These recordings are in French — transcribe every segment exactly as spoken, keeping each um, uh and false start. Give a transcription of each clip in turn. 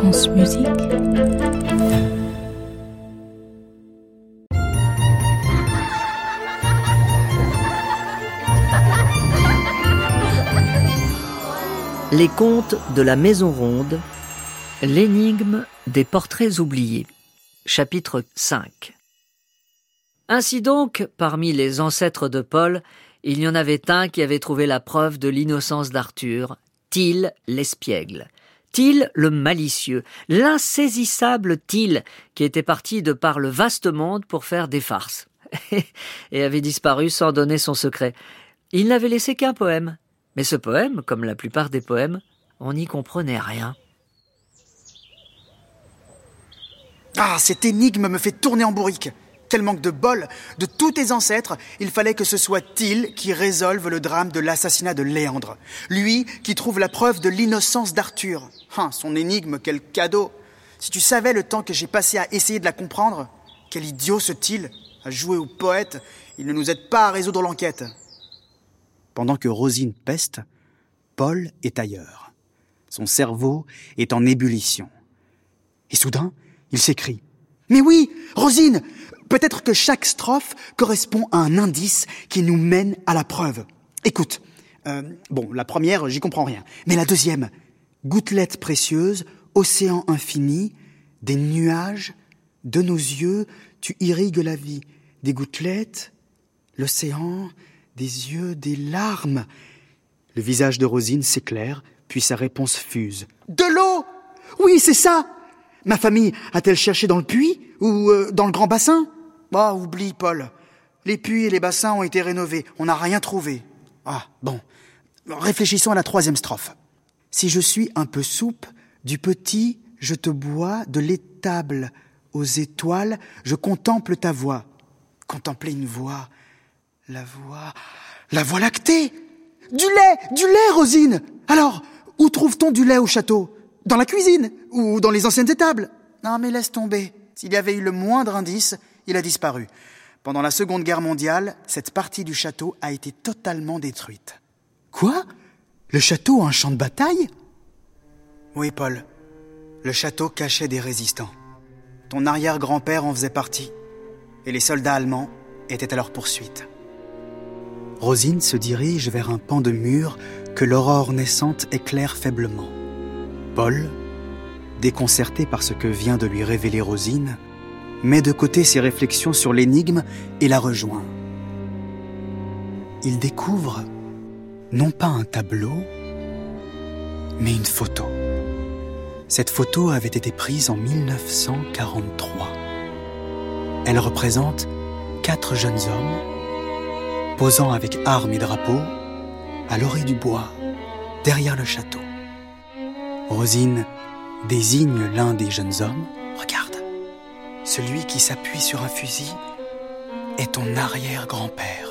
France Musique. Les contes de la Maison Ronde, l'énigme des portraits oubliés. Chapitre cinq. Ainsi donc, parmi les ancêtres de Paul, il y en avait un qui avait trouvé la preuve de l'innocence d'Arthur, Till l'espiègle. Till le malicieux, l'insaisissable Till, qui était parti de par le vaste monde pour faire des farces, et avait disparu sans donner son secret. Il n'avait laissé qu'un poème. Mais ce poème, comme la plupart des poèmes, on n'y comprenait rien. Ah, cette énigme me fait tourner en bourrique. Quel manque de bol! De tous tes ancêtres, il fallait que ce soit Till qui résolve le drame de l'assassinat de Léandre. Lui qui trouve la preuve de l'innocence d'Arthur. Ah, son énigme, quel cadeau! Si tu savais le temps que j'ai passé à essayer de la comprendre, quel idiot ce Till! À jouer au poète, il ne nous aide pas à résoudre l'enquête. Pendant que Rosine peste, Paul est ailleurs. Son cerveau est en ébullition. Et soudain, il s'écrie « Mais oui, Rosine, peut-être que chaque strophe correspond à un indice qui nous mène à la preuve. Écoute, euh, bon, la première, j'y comprends rien. Mais la deuxième, gouttelette précieuse, océan infini, des nuages, de nos yeux, tu irrigues la vie. Des gouttelettes, l'océan... des yeux, des larmes. » Le visage de Rosine s'éclaire, puis sa réponse fuse. « De l'eau! Oui, c'est ça! Ma famille a-t-elle cherché dans le puits ou euh, dans le grand bassin? Ah, oh, oublie, Paul. Les puits et les bassins ont été rénovés. On n'a rien trouvé. Ah, bon. Réfléchissons à la troisième strophe. Si je suis un peu soupe, du petit, je te bois, de l'étable aux étoiles, je contemple ta voix. Contempler une voix... La voie... La voie lactée! Du lait! Du lait, Rosine! Alors, où trouve-t-on du lait au château? Dans la cuisine? Ou dans les anciennes étables? Non, mais laisse tomber. S'il y avait eu le moindre indice, il a disparu. Pendant la Seconde Guerre mondiale, cette partie du château a été totalement détruite. Quoi? Le château a un champ de bataille? Oui, Paul. Le château cachait des résistants. Ton arrière-grand-père en faisait partie. Et les soldats allemands étaient à leur poursuite. Rosine se dirige vers un pan de mur que l'aurore naissante éclaire faiblement. Paul, déconcerté par ce que vient de lui révéler Rosine, met de côté ses réflexions sur l'énigme et la rejoint. Il découvre non pas un tableau, mais une photo. Cette photo avait été prise en mille neuf cent quarante-trois. Elle représente quatre jeunes hommes posant avec armes et drapeaux, à l'orée du bois, derrière le château. Rosine désigne l'un des jeunes hommes. Regarde, celui qui s'appuie sur un fusil est ton arrière-grand-père.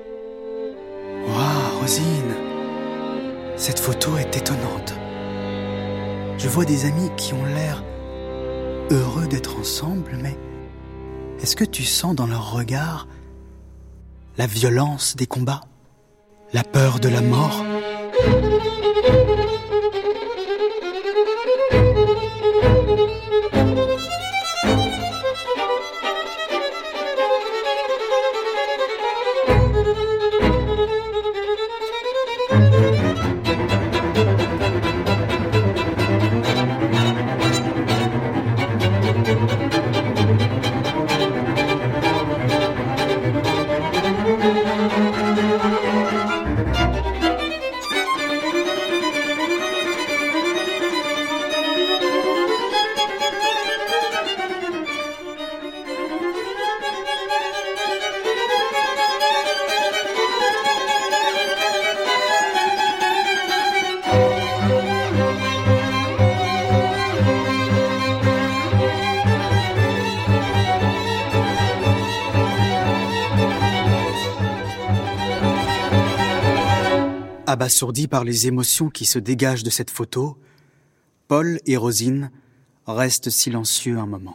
Waouh, Rosine, cette photo est étonnante. Je vois des amis qui ont l'air heureux d'être ensemble, mais est-ce que tu sens dans leur regard la violence des combats, la peur de la mort? Abasourdis par les émotions qui se dégagent de cette photo, Paul et Rosine restent silencieux un moment.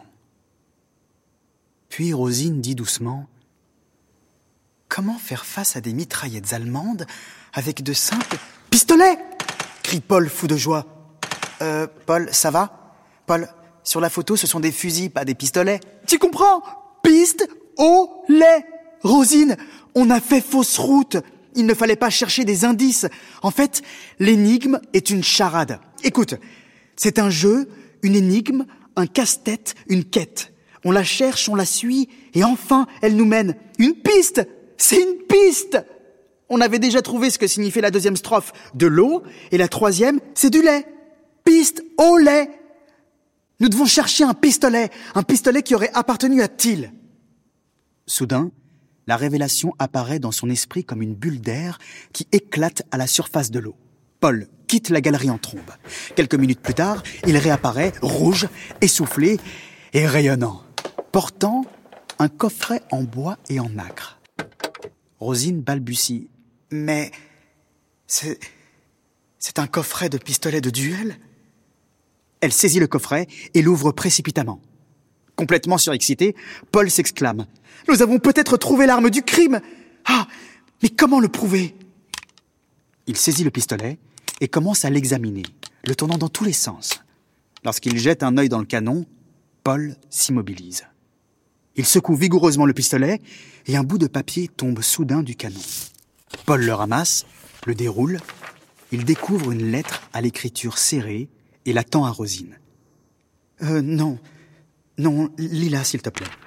Puis Rosine dit doucement « Comment faire face à des mitraillettes allemandes avec de simples pistolets ?» crie Paul fou de joie. « Euh, Paul, ça va ? Paul, sur la photo, ce sont des fusils, pas des pistolets. Tu comprends? Piste au lait. Rosine, on a fait fausse route. Il ne fallait pas chercher des indices. En fait, l'énigme est une charade. Écoute, c'est un jeu, une énigme, un casse-tête, une quête. On la cherche, on la suit, et enfin, elle nous mène. Une piste! C'est une piste! On avait déjà trouvé ce que signifiait la deuxième strophe, de l'eau, et la troisième, c'est du lait. Piste au lait. Nous devons chercher un pistolet, un pistolet qui aurait appartenu à Till. Soudain, la révélation apparaît dans son esprit comme une bulle d'air qui éclate à la surface de l'eau. Paul quitte la galerie en trombe. Quelques minutes plus tard, il réapparaît, rouge, essoufflé et rayonnant, portant un coffret en bois et en nacre. Rosine balbutie. « Mais c'est... c'est un coffret de pistolet de duel ?» Elle saisit le coffret et l'ouvre précipitamment. Complètement surexcité, Paul s'exclame. « Nous avons peut-être trouvé l'arme du crime ! Ah, mais comment le prouver ?» Il saisit le pistolet et commence à l'examiner, le tournant dans tous les sens. Lorsqu'il jette un œil dans le canon, Paul s'immobilise. Il secoue vigoureusement le pistolet et un bout de papier tombe soudain du canon. Paul le ramasse, le déroule. Il découvre une lettre à l'écriture serrée et la tend à Rosine. Euh, non, non, lis-la s'il te plaît.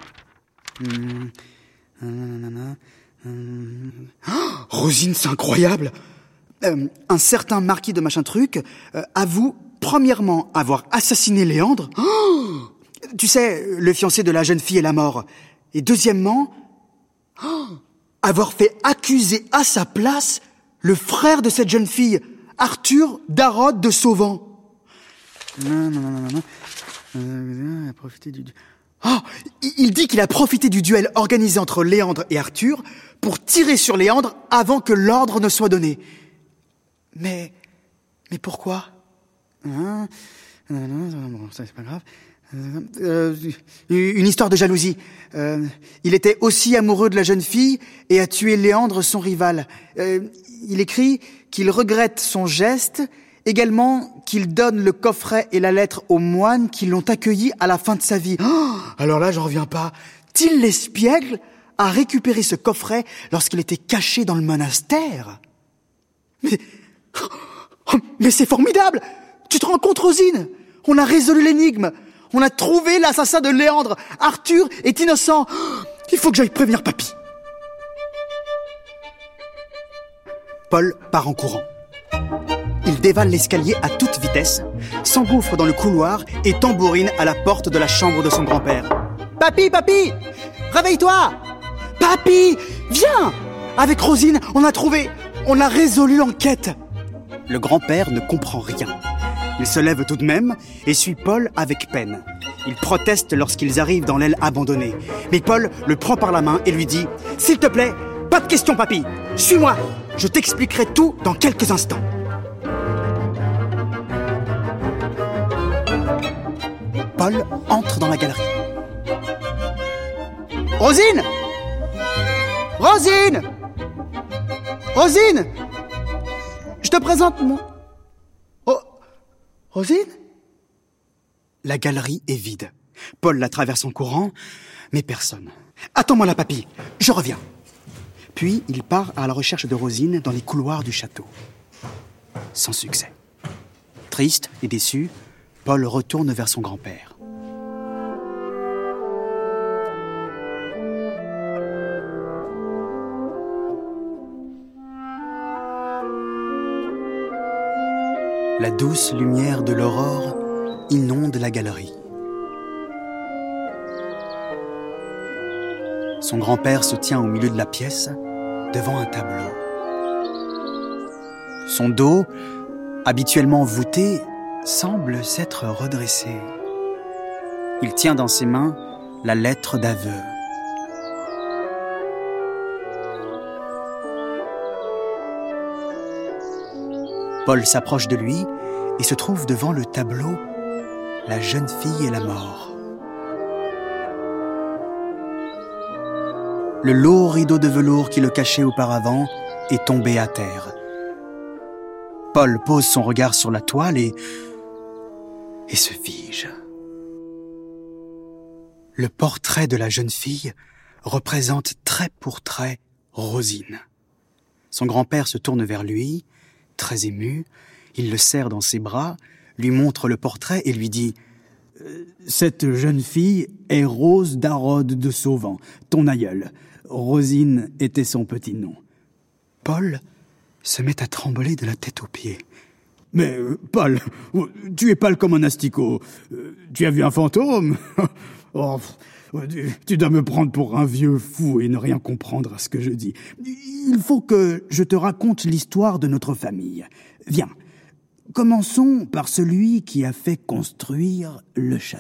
Hum, hum, hum. Oh, Rosine, c'est incroyable. Euh, un certain marquis de machin truc euh, avoue premièrement avoir assassiné Léandre. Oh, tu sais, le fiancé de la jeune fille est la mort. Et deuxièmement, oh, avoir fait accuser à sa place le frère de cette jeune fille, Arthur Darod de Sauvan. Non, non, non, non, non. Euh, a profité du... Oh, il dit qu'il a profité du duel organisé entre Léandre et Arthur pour tirer sur Léandre avant que l'ordre ne soit donné. Mais, mais pourquoi? Hein? Bon, ça c'est pas grave. Euh, une histoire de jalousie. Euh, il était aussi amoureux de la jeune fille et a tué Léandre, son rival. Euh, il écrit qu'il regrette son geste, également qu'il donne le coffret et la lettre aux moines qui l'ont accueilli à la fin de sa vie. Oh, alors là, j'en reviens pas. Till l'Espiègle a récupéré ce coffret lorsqu'il était caché dans le monastère. Mais, oh, mais c'est formidable! Tu te rends compte, Rosine? On a résolu l'énigme. On a trouvé l'assassin de Léandre. Arthur est innocent. Il faut que j'aille prévenir papy. Paul part en courant. Il dévale l'escalier à toute vitesse, s'engouffre dans le couloir et tambourine à la porte de la chambre de son grand-père. « Papy, papy! Réveille-toi! Papy, viens! Avec Rosine, on a trouvé... On a résolu l'enquête. » Le grand-père ne comprend rien. Il se lève tout de même et suit Paul avec peine. Il proteste lorsqu'ils arrivent dans l'aile abandonnée. Mais Paul le prend par la main et lui dit « S'il te plaît, pas de questions, papy. Suis-moi. Je t'expliquerai tout dans quelques instants. » Paul entre dans la galerie. « Rosine! Rosine! Rosine! Je te présente mon... Oh, Rosine? » La galerie est vide. Paul la traverse en courant, mais personne. « Attends-moi là, papy, je reviens. » Puis il part à la recherche de Rosine dans les couloirs du château. Sans succès. Triste et déçu, Paul retourne vers son grand-père. La douce lumière de l'aurore inonde la galerie. Son grand-père se tient au milieu de la pièce, devant un tableau. Son dos, habituellement voûté, semble s'être redressé. Il tient dans ses mains la lettre d'aveu. Paul s'approche de lui et se trouve devant le tableau « La jeune fille et la mort ». Le lourd rideau de velours qui le cachait auparavant est tombé à terre. Paul pose son regard sur la toile et... et se fige. Le portrait de la jeune fille représente trait pour trait Rosine. Son grand-père se tourne vers lui, très ému, il le serre dans ses bras, lui montre le portrait et lui dit euh, « Cette jeune fille est Rose d'Arode de Sauvan, ton aïeul. Rosine était son petit nom. » Paul se met à trembler de la tête aux pieds. « Mais, euh, Paul, tu es pâle comme un asticot. Euh, tu as vu un fantôme ? Oh, tu, tu dois me prendre pour un vieux fou et ne rien comprendre à ce que je dis. Il faut que je te raconte l'histoire de notre famille. Viens, commençons par celui qui a fait construire le château. »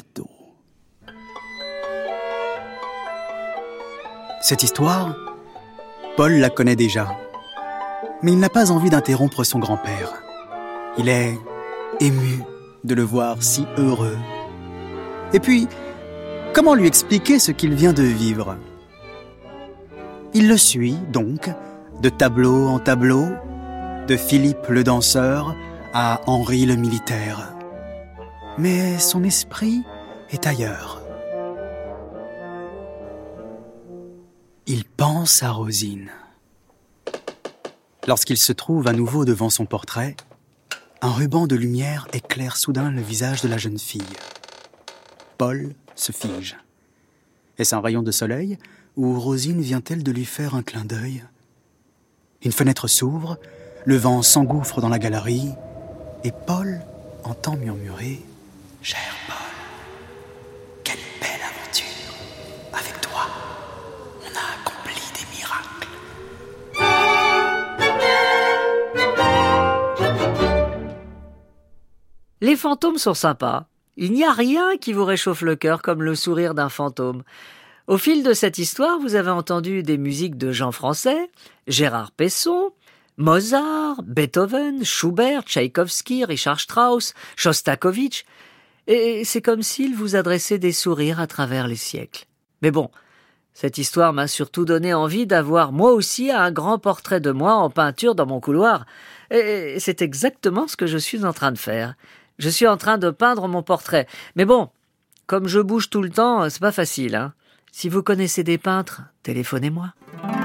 Cette histoire, Paul la connaît déjà. Mais il n'a pas envie d'interrompre son grand-père. Il est ému de le voir si heureux. Et puis, comment lui expliquer ce qu'il vient de vivre ? Il le suit, donc, de tableau en tableau, de Philippe le danseur à Henri le militaire. Mais son esprit est ailleurs. Il pense à Rosine. Lorsqu'il se trouve à nouveau devant son portrait, un ruban de lumière éclaire soudain le visage de la jeune fille. Paul se fige. Est-ce un rayon de soleil ou Rosine vient-elle de lui faire un clin d'œil ? Une fenêtre s'ouvre, le vent s'engouffre dans la galerie et Paul entend murmurer « Cher Paul, quelle belle aventure ! Avec toi, on a accompli des miracles. » Les fantômes sont sympas. Il n'y a rien qui vous réchauffe le cœur comme le sourire d'un fantôme. Au fil de cette histoire, vous avez entendu des musiques de Jean Français, Gérard Pesson, Mozart, Beethoven, Schubert, Tchaïkovski, Richard Strauss, Shostakovich, et c'est comme s'il vous adressait des sourires à travers les siècles. Mais bon, cette histoire m'a surtout donné envie d'avoir moi aussi un grand portrait de moi en peinture dans mon couloir, et c'est exactement ce que je suis en train de faire. Je suis en train de peindre mon portrait. Mais bon, comme je bouge tout le temps, c'est pas facile, hein. Si vous connaissez des peintres, téléphonez-moi.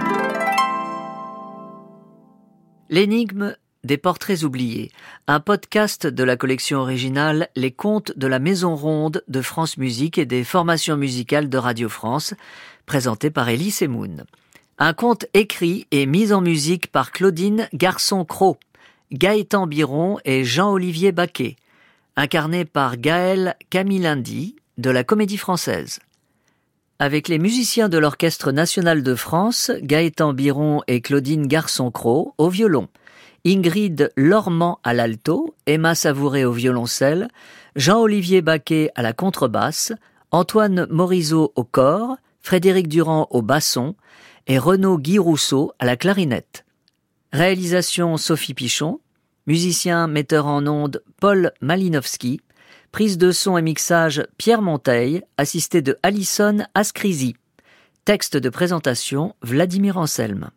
L'énigme des portraits oubliés, un podcast de la collection originale Les Contes de la Maison Ronde de France Musique et des formations musicales de Radio France, présenté par Elie Semoun. Un conte écrit et mis en musique par Claudine Garçon-Cros, Gaëtan Biron et Jean-Olivier Baquet, incarné par Gaël Camilindi de la Comédie Française. Avec les musiciens de l'Orchestre National de France, Gaëtan Biron et Claudine Garçon-Cros au violon, Ingrid Lormand à l'alto, Emma Savouré au violoncelle, Jean-Olivier Baquet à la contrebasse, Antoine Morisot au cor, Frédéric Durand au basson et Renaud Guy Rousseau à la clarinette. Réalisation Sophie Pichon, musicien metteur en ondes Paul Malinowski, prise de son et mixage Pierre Monteil, assisté de Alison Ascrisi. Texte de présentation Vladimir Anselme.